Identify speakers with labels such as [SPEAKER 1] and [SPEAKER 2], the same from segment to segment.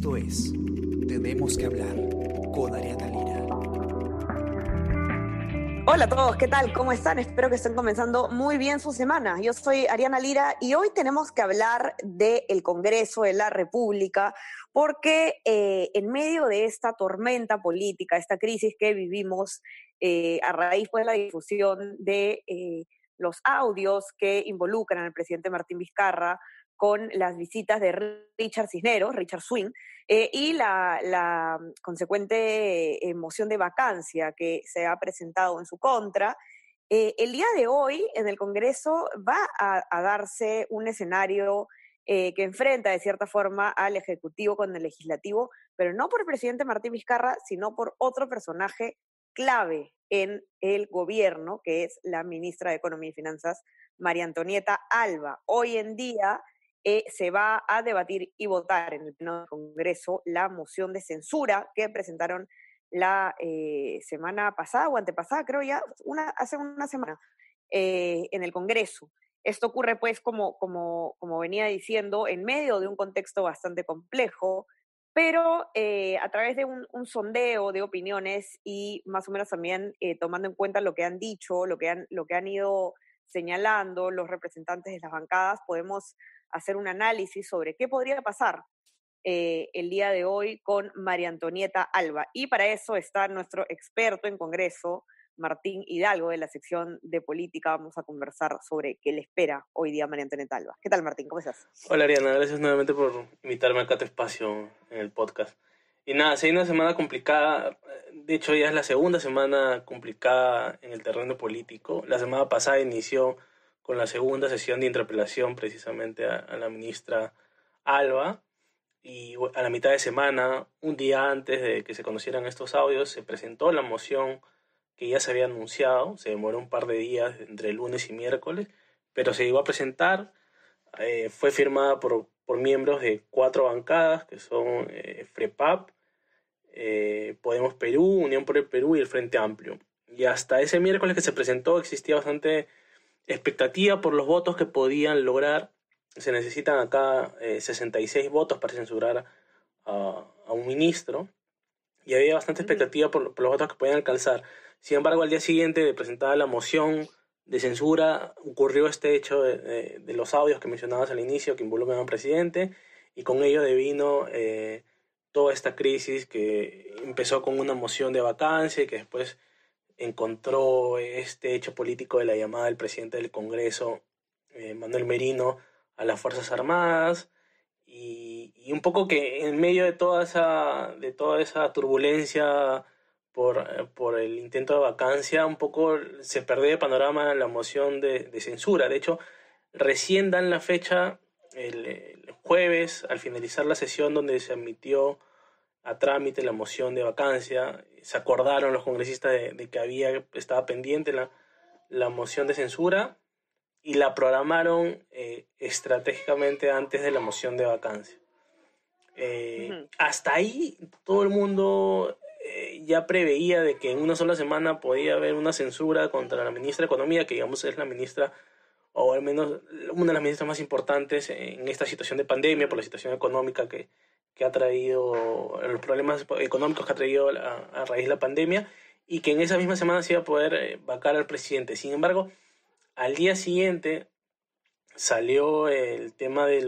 [SPEAKER 1] Esto es Tenemos que hablar con Ariana Lira.
[SPEAKER 2] Hola a todos, ¿qué tal? ¿Cómo están? Espero que estén comenzando muy bien su semana. Yo soy Ariana Lira y hoy tenemos que hablar del Congreso de la República porque en medio de esta tormenta política, esta crisis que vivimos a raíz de la difusión de los audios que involucran al presidente Martín Vizcarra con las visitas de Richard Cisneros, Richard Swing, y la consecuente moción de vacancia que se ha presentado en su contra. El día de hoy en el Congreso va a darse un escenario que enfrenta de cierta forma al Ejecutivo con el Legislativo, pero no por el presidente Martín Vizcarra, sino por otro personaje clave en el gobierno, que es la ministra de Economía y Finanzas, María Antonieta Alba. Hoy en día se va a debatir y votar en el Pleno del Congreso la moción de censura que presentaron la semana pasada o antepasada, creo ya, hace una semana, en el Congreso. Esto ocurre, pues, como venía diciendo, en medio de un contexto bastante complejo, pero a través de un sondeo de opiniones y más o menos también tomando en cuenta lo que han dicho, lo que han ido señalando los representantes de las bancadas, podemos hacer un análisis sobre qué podría pasar el día de hoy con María Antonieta Alba. Y para eso está nuestro experto en Congreso, Martín Hidalgo, de la sección de política. Vamos a conversar sobre qué le espera hoy día a María Antonieta Alba. ¿Qué tal, Martín? ¿Cómo estás?
[SPEAKER 3] Hola Ariana, gracias nuevamente por invitarme acá a tu espacio en el podcast. Y nada, sí hay una semana complicada, de hecho ya es la segunda semana complicada en el terreno político. La semana pasada inició con la segunda sesión de interpelación precisamente a la ministra Alba, y a la mitad de semana, un día antes de que se conocieran estos audios, se presentó la moción que ya se había anunciado. Se demoró un par de días entre lunes y miércoles, pero se llegó a presentar. Fue firmada por miembros de 4 bancadas, que son FREPAP, Podemos Perú, Unión por el Perú y el Frente Amplio. Y hasta ese miércoles que se presentó existía bastante expectativa por los votos que podían lograr. Se necesitan acá 66 votos para censurar a un ministro, y había bastante expectativa por los votos que podían alcanzar. Sin embargo, al día siguiente de presentada la moción de censura, ocurrió este hecho de los audios que mencionabas al inicio, que involucran al presidente, y con ello devino toda esta crisis que empezó con una moción de vacancia y que después encontró este hecho político de la llamada del presidente del Congreso, Manuel Merino, a las Fuerzas Armadas, y un poco que en medio de toda esa turbulencia por el intento de vacancia, un poco se perdió de panorama la moción de censura. De hecho, recién dan la fecha el jueves, al finalizar la sesión donde se admitió a trámite la moción de vacancia. Se acordaron los congresistas de que estaba pendiente la moción de censura, y la programaron estratégicamente antes de la moción de vacancia. Hasta ahí todo el mundo ya preveía de que en una sola semana podía haber una censura contra la ministra de Economía, que digamos es la ministra, o al menos una de las ministras más importantes en esta situación de pandemia, por la situación económica que ha traído, los problemas económicos que ha traído a raíz de la pandemia, y que en esa misma semana se iba a poder vacar al presidente. Sin embargo, al día siguiente salió el tema de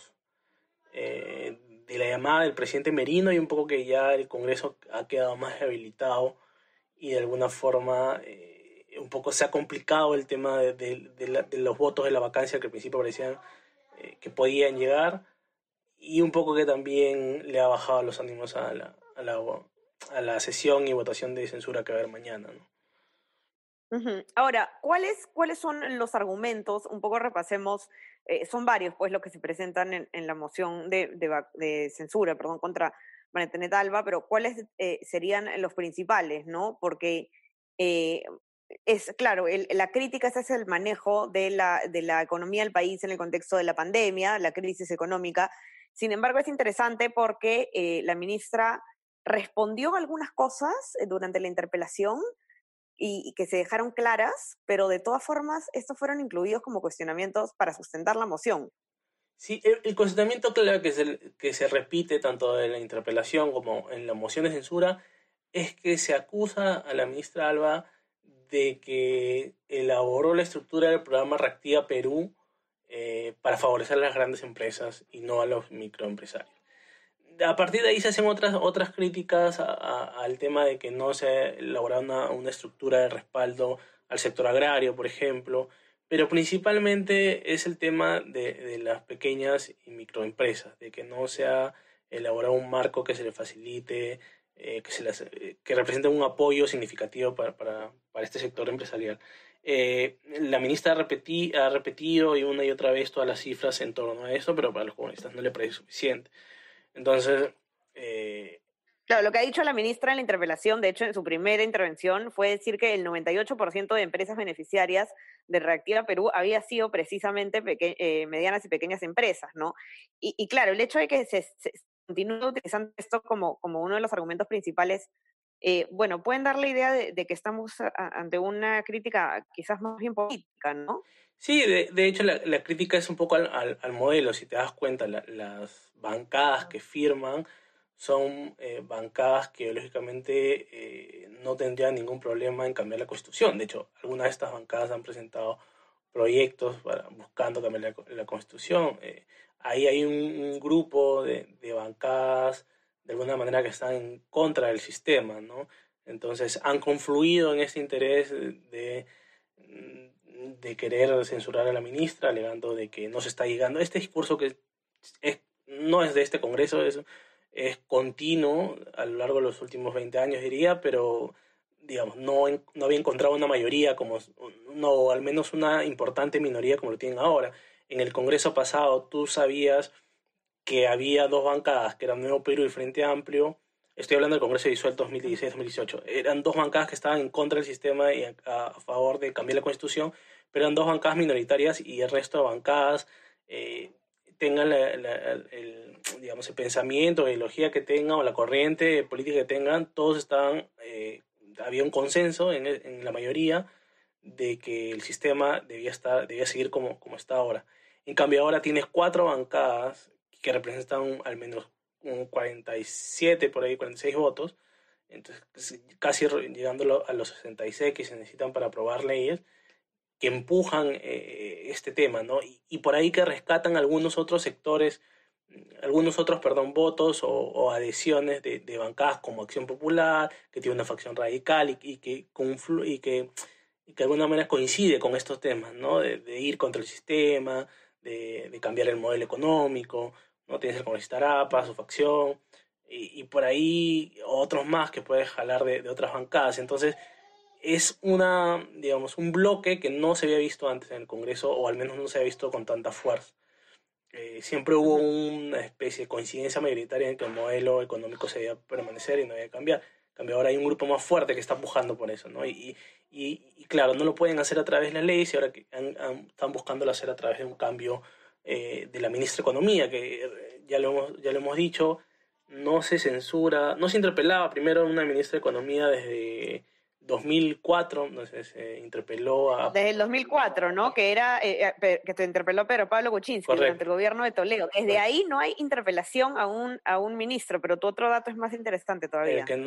[SPEAKER 3] la llamada del presidente Merino, y un poco que ya el Congreso ha quedado más debilitado, y de alguna forma un poco se ha complicado el tema de los votos de la vacancia, que al principio parecían que podían llegar, y un poco que también le ha bajado los ánimos a la sesión y votación de censura que va a haber mañana, ¿no?
[SPEAKER 2] Ahora, ¿cuáles son los argumentos? Un poco repasemos, son varios, pues, los que se presentan en la moción de censura, perdón, contra María Antonieta Alba, pero ¿cuáles serían los principales, no? Porque es, claro, la crítica es el manejo de la economía del país en el contexto de la pandemia, la crisis económica. Sin embargo, es interesante porque la ministra respondió algunas cosas durante la interpelación y que se dejaron claras, pero de todas formas estos fueron incluidos como cuestionamientos para sustentar la moción.
[SPEAKER 3] Sí, el cuestionamiento claro que se repite tanto en la interpelación como en la moción de censura es que se acusa a la ministra Alba de que elaboró la estructura del programa Reactiva Perú para favorecer a las grandes empresas y no a los microempresarios. A partir de ahí se hacen otras críticas al tema de que no se ha elaborado una estructura de respaldo al sector agrario, por ejemplo, pero principalmente es el tema de las pequeñas y microempresas, de que no se ha elaborado un marco que se le facilite, que represente un apoyo significativo para este sector empresarial. La ministra ha repetido y una y otra vez todas las cifras en torno a eso, pero para los comunistas no le parece suficiente. Entonces,
[SPEAKER 2] Claro, lo que ha dicho la ministra en la interpelación, de hecho, en su primera intervención, fue decir que el 98% de empresas beneficiarias de Reactiva Perú había sido precisamente medianas y pequeñas empresas, ¿no? Y claro, el hecho de que se continúe utilizando esto como uno de los argumentos principales, bueno, pueden dar la idea de que estamos ante una crítica quizás más bien política, ¿no?
[SPEAKER 3] sí, de hecho la crítica es un poco al modelo. Si te das cuenta, las bancadas que firman son bancadas que lógicamente no tendrían ningún problema en cambiar la Constitución. De hecho, algunas de estas bancadas han presentado proyectos buscando cambiar la Constitución. Ahí hay un grupo de bancadas, de alguna manera, que están en contra del sistema, ¿no? Entonces han confluido en este interés de querer censurar a la ministra, alegando de que no se está llegando. Este discurso que no es de este Congreso, es continuo a lo largo de los últimos 20 años, diría, pero digamos, no había encontrado una mayoría, no, al menos una importante minoría como lo tienen ahora. En el Congreso pasado tú sabías que había dos bancadas, que eran Nuevo Perú y Frente Amplio. Estoy hablando del Congreso disuelto 2016-2018. Eran dos bancadas que estaban en contra del sistema y a favor de cambiar la Constitución, pero eran dos bancadas minoritarias y el resto de bancadas, tengan digamos, el pensamiento, la ideología que tengan o la corriente política que tengan, todos estaban, había un consenso en la mayoría de que el sistema debía seguir como está ahora. En cambio, ahora tienes cuatro bancadas que representan al menos un 47, por ahí 46 votos, entonces casi llegando a los 66 que se necesitan para aprobar leyes que empujan este tema, ¿no? Y por ahí que rescatan algunos otros sectores, perdón, votos o adhesiones de bancadas como Acción Popular, que tiene una facción radical y que de alguna manera coincide con estos temas, ¿no? De ir contra el sistema, de cambiar el modelo económico, ¿no? Tienes el congresista Arapa, su facción, y por ahí otros más que puedes jalar de otras bancadas. Entonces, es digamos, un bloque que no se había visto antes en el Congreso, o al menos no se había visto con tanta fuerza. Siempre hubo una especie de coincidencia mayoritaria en que el modelo económico se debía permanecer y no debía cambiar. En cambio, ahora hay un grupo más fuerte que está pujando por eso, ¿no? Y claro, no lo pueden hacer a través de la ley, y ahora que están buscándolo hacer a través de un cambio de la ministra de Economía, que ya lo hemos dicho, no se censura, no se interpelaba primero una ministra de Economía desde 2004, no sé, se interpeló a...
[SPEAKER 2] Desde el 2004, ¿no? Que te interpeló Pedro Pablo Kuczynski. Correcto. Durante el gobierno de Toledo. Desde ahí no hay interpelación a un ministro, pero tu otro dato es más interesante todavía.
[SPEAKER 3] Que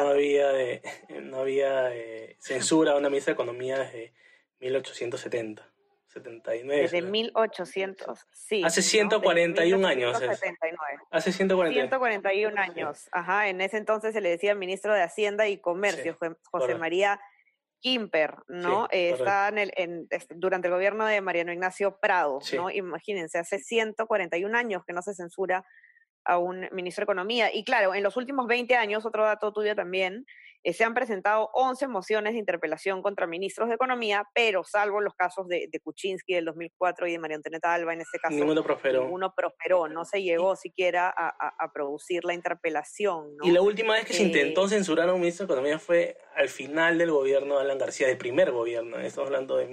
[SPEAKER 3] no había censura a una ministra de Economía desde 1870. 79.
[SPEAKER 2] Desde 1800, sí.
[SPEAKER 3] Hace 141 años. Hace
[SPEAKER 2] 141 años. Sí. Ajá, en ese entonces se le decía ministro de Hacienda y Comercio, sí, José María Quimper, ¿no? Sí, está durante el gobierno de Mariano Ignacio Prado, sí, ¿no? Imagínense, hace 141 años que no se censura a un ministro de Economía. Y claro, en los últimos 20 años, otro dato tuyo también, se han presentado 11 mociones de interpelación contra ministros de Economía, pero salvo los casos de Kuczynski del 2004 y de María Antonieta Alba, en este caso, ninguno prosperó, no se llegó siquiera a producir la interpelación, ¿no?
[SPEAKER 3] Y la última vez que se intentó censurar a un ministro de Economía fue al final del gobierno de Alan García, del primer gobierno, estamos hablando de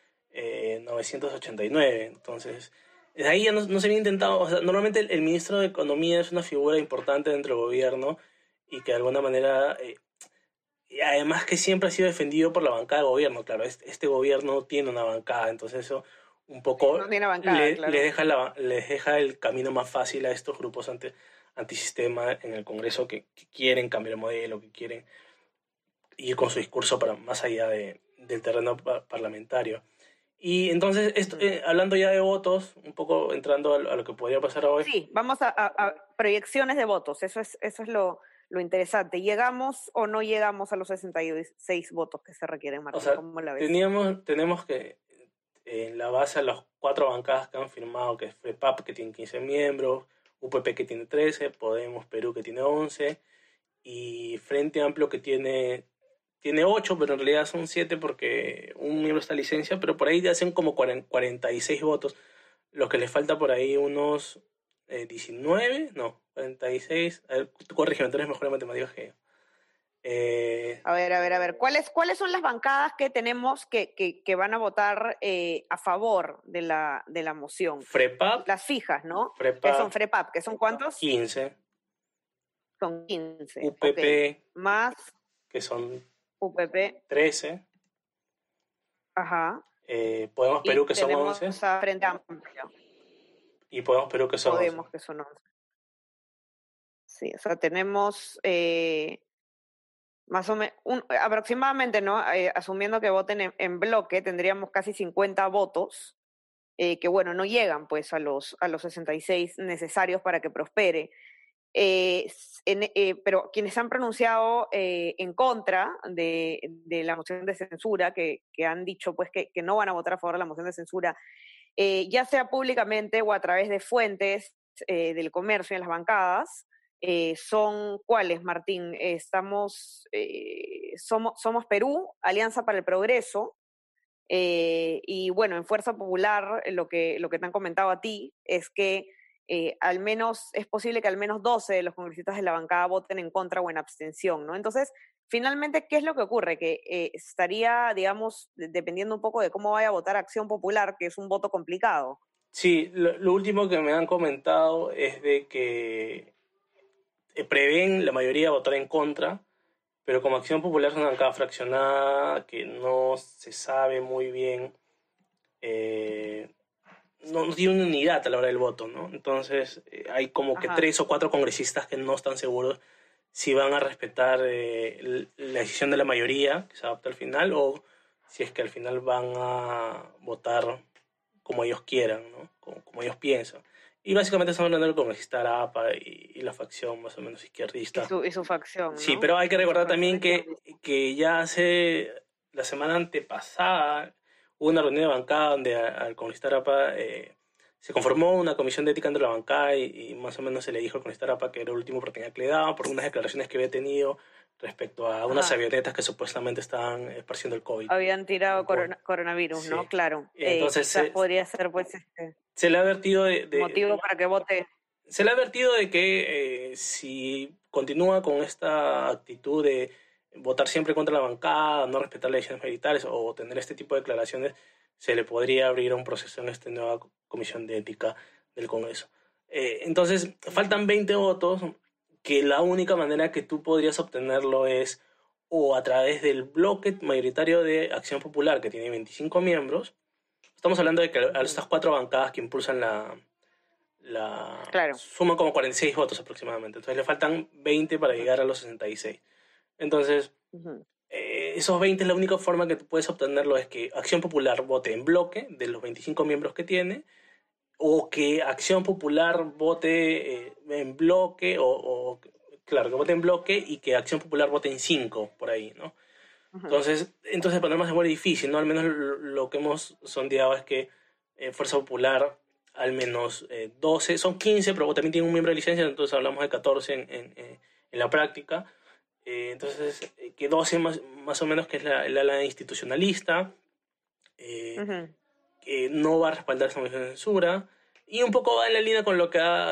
[SPEAKER 3] 1989, entonces... Desde ahí ya no se había intentado, o sea, normalmente el ministro de Economía es una figura importante dentro del gobierno y que de alguna manera, además que siempre ha sido defendido por la bancada de gobierno, claro, este gobierno tiene una bancada, entonces eso un poco
[SPEAKER 2] No tiene bancada, claro.
[SPEAKER 3] les deja el camino más fácil a estos grupos antisistema en el Congreso que quieren cambiar el modelo, que quieren ir con su discurso para más allá del terreno parlamentario. Y entonces, hablando ya de votos, un poco entrando a lo que podría pasar hoy.
[SPEAKER 2] Sí, vamos a proyecciones de votos, eso es lo interesante. ¿Llegamos o no llegamos a los 66 votos que se requieren, Martín?
[SPEAKER 3] O sea,
[SPEAKER 2] ¿Cómo la ves?
[SPEAKER 3] tenemos que, en la base a las 4 bancadas que han firmado, que es FREPAP, que tiene 15 miembros, UPP, que tiene 13, Podemos Perú, que tiene 11, y Frente Amplio, que tiene 8, pero en realidad son 7 porque un miembro está a licencia, pero por ahí ya hacen como 46 votos. Lo que les falta por ahí unos 19, no, 46. A ver, tú corrígeme, tú eres mejor en matemáticas que yo.
[SPEAKER 2] A ver. ¿Cuáles son las bancadas que tenemos que van a votar a favor de la moción?
[SPEAKER 3] FREPAP.
[SPEAKER 2] Las fijas, ¿no?
[SPEAKER 3] FREPAP.
[SPEAKER 2] ¿Qué son FREPAP? ¿Qué son cuántos?
[SPEAKER 3] 15.
[SPEAKER 2] Son 15.
[SPEAKER 3] UPP.
[SPEAKER 2] Okay. Más.
[SPEAKER 3] Que son
[SPEAKER 2] UPP.
[SPEAKER 3] 13.
[SPEAKER 2] Ajá.
[SPEAKER 3] Podemos Perú, que son 11.
[SPEAKER 2] A Frente Amplio.
[SPEAKER 3] Y Podemos Perú, que son
[SPEAKER 2] Podemos,
[SPEAKER 3] 11.
[SPEAKER 2] que son 11. Sí, o sea, tenemos más o menos, aproximadamente, ¿no? Asumiendo que voten en bloque, tendríamos casi 50 votos, que bueno, no llegan pues a los 66 necesarios para que prospere. Pero quienes han pronunciado en contra de la moción de censura, que han dicho pues que no van a votar a favor de la moción de censura, ya sea públicamente o a través de fuentes del comercio en las bancadas, son ¿cuáles, Martín? Somos Perú, Alianza para el Progreso, y bueno, en Fuerza Popular lo que te han comentado a ti es que al menos es posible que al menos 12 de los congresistas de la bancada voten en contra o en abstención, ¿no? Entonces, finalmente, ¿qué es lo que ocurre? Que estaría, digamos, dependiendo un poco de cómo vaya a votar Acción Popular, que es un voto complicado.
[SPEAKER 3] Sí, lo último que me han comentado es de que prevén la mayoría votar en contra, pero como Acción Popular es una bancada fraccionada que no se sabe muy bien, no tiene una unidad a la hora del voto, ¿no? Entonces hay como que 3 o 4 congresistas que no están seguros si van a respetar la decisión de la mayoría que se adopta al final o si es que al final van a votar como ellos quieran, ¿no? Como ellos piensan. Y básicamente estamos hablando del congresista Arapa y la facción más o menos izquierdista.
[SPEAKER 2] Y su facción, ¿no?
[SPEAKER 3] Sí, pero hay que recordar también que ya hace la semana antepasada hubo una reunión de bancada donde al congresista Arapa se conformó una comisión de ética entre la bancada y más o menos se le dijo al congresista Arapa que era el último oportunidad que le daban por unas declaraciones que había tenido respecto a unas avionetas que supuestamente estaban esparciendo el COVID.
[SPEAKER 2] Habían tirado coronavirus, sí. ¿No? Claro.
[SPEAKER 3] Entonces
[SPEAKER 2] podría ser pues
[SPEAKER 3] se le ha advertido
[SPEAKER 2] motivo para que vote.
[SPEAKER 3] Se le ha advertido de que si continúa con esta actitud de votar siempre contra la bancada, no respetar las decisiones militares o tener este tipo de declaraciones, se le podría abrir un proceso en esta nueva comisión de ética del Congreso. Entonces, faltan 20 votos, que la única manera que tú podrías obtenerlo es o a través del bloque mayoritario de Acción Popular, que tiene 25 miembros. Estamos hablando de que a estas 4 bancadas que impulsan
[SPEAKER 2] claro.
[SPEAKER 3] suman como 46 votos aproximadamente. Entonces le faltan 20 para llegar a los 66. Entonces, esos 20 es la única forma que tú puedes obtenerlo, es que Acción Popular vote en bloque de los 25 miembros que tiene, o que Acción Popular vote en bloque, claro, que vote en bloque y que Acción Popular vote en 5, por ahí, ¿no? Entonces el panorama se vuelve difícil, ¿no? Al menos lo que hemos sondeado es que Fuerza Popular, al menos 12, son 15, pero también tiene un miembro de licencia, entonces hablamos de 14 en la práctica. Entonces, que 12 más o menos, que es el ala institucionalista, que no va a respaldar esta moción de censura, y un poco va en la línea con lo que ha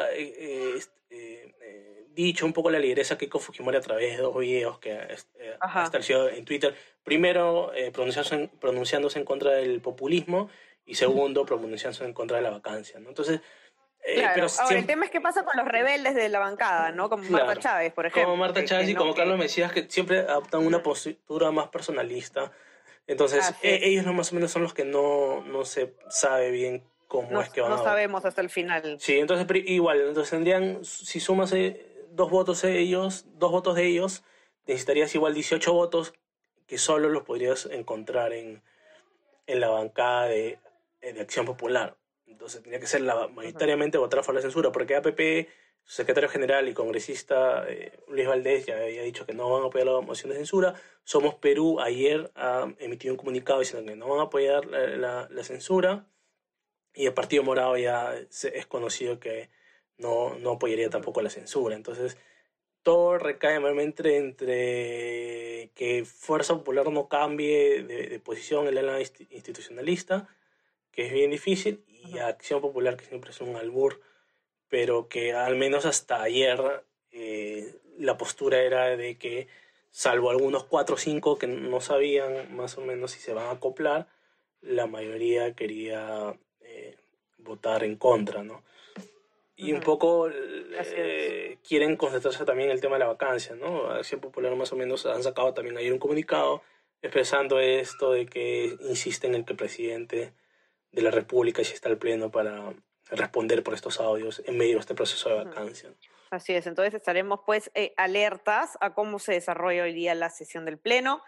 [SPEAKER 3] dicho un poco la lideresa Keiko Fujimori a través de 2 videos que ha establecido en Twitter. Primero, pronunciándose en contra del populismo, y segundo, pronunciándose en contra de la vacancia, ¿no? Entonces,
[SPEAKER 2] claro. Pero ahora, el tema es qué pasa con los rebeldes de la bancada, ¿no? Como Marta Chávez, por ejemplo.
[SPEAKER 3] Como Marta Chávez y como Carlos Mesías, que siempre adoptan una postura más personalista Entonces, ellos más o menos son los que no se sabe bien cómo es que van a
[SPEAKER 2] votar. No sabemos hasta el final.
[SPEAKER 3] Sí, entonces igual, entonces tendrían, si sumas dos votos de ellos, necesitarías igual 18 votos que solo los podrías encontrar en la bancada de Acción Popular. Entonces tendría que ser mayoritariamente votar a favor de la censura, porque APP, su secretario general y congresista Luis Valdés ya había dicho que no van a apoyar la moción de censura. Somos Perú ayer ha emitido un comunicado diciendo que no van a apoyar la censura, y el Partido Morado ya es conocido que no apoyaría tampoco la censura. Entonces todo recae normalmente entre que Fuerza Popular no cambie de posición en el ala institucionalista, que es bien difícil, y Acción Popular, que siempre es un albur, pero que al menos hasta ayer la postura era de que, salvo algunos 4 o 5 que no sabían más o menos si se van a acoplar, la mayoría quería votar en contra, ¿no? Y un poco quieren concentrarse también en el tema de la vacancia, ¿no? Acción Popular más o menos han sacado también ayer un comunicado expresando esto de que insisten en que el presidente de la República ya está al pleno para responder por estos audios en medio de este proceso de vacancia.
[SPEAKER 2] Así es, entonces estaremos pues alertas a cómo se desarrolla hoy día la sesión del pleno.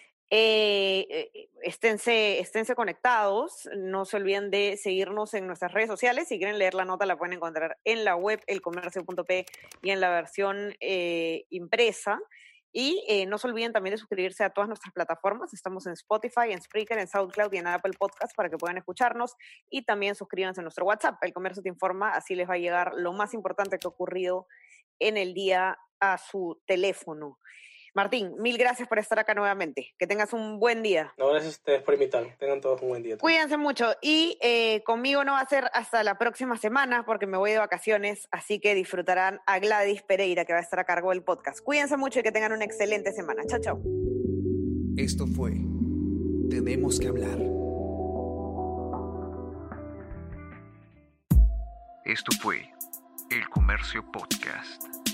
[SPEAKER 2] Esténse conectados, no se olviden de seguirnos en nuestras redes sociales. Si quieren leer la nota la pueden encontrar en la web elcomercio.p y en la versión impresa. Y no se olviden también de suscribirse a todas nuestras plataformas. Estamos en Spotify, en Spreaker, en SoundCloud y en Apple Podcast para que puedan escucharnos. Y también suscríbanse a nuestro WhatsApp. El Comercio te informa, así les va a llegar lo más importante que ha ocurrido en el día a su teléfono. Martín, mil gracias por estar acá nuevamente. Que tengas un buen día.
[SPEAKER 3] No, gracias a ustedes por invitarme. Tengan todos un buen día.
[SPEAKER 2] Cuídense mucho. Y conmigo no va a ser hasta la próxima semana porque me voy de vacaciones, así que disfrutarán a Gladys Pereira, que va a estar a cargo del podcast. Cuídense mucho y que tengan una excelente semana. Chao, chao.
[SPEAKER 1] Esto fue Tenemos que hablar.
[SPEAKER 4] Esto fue El Comercio Podcast.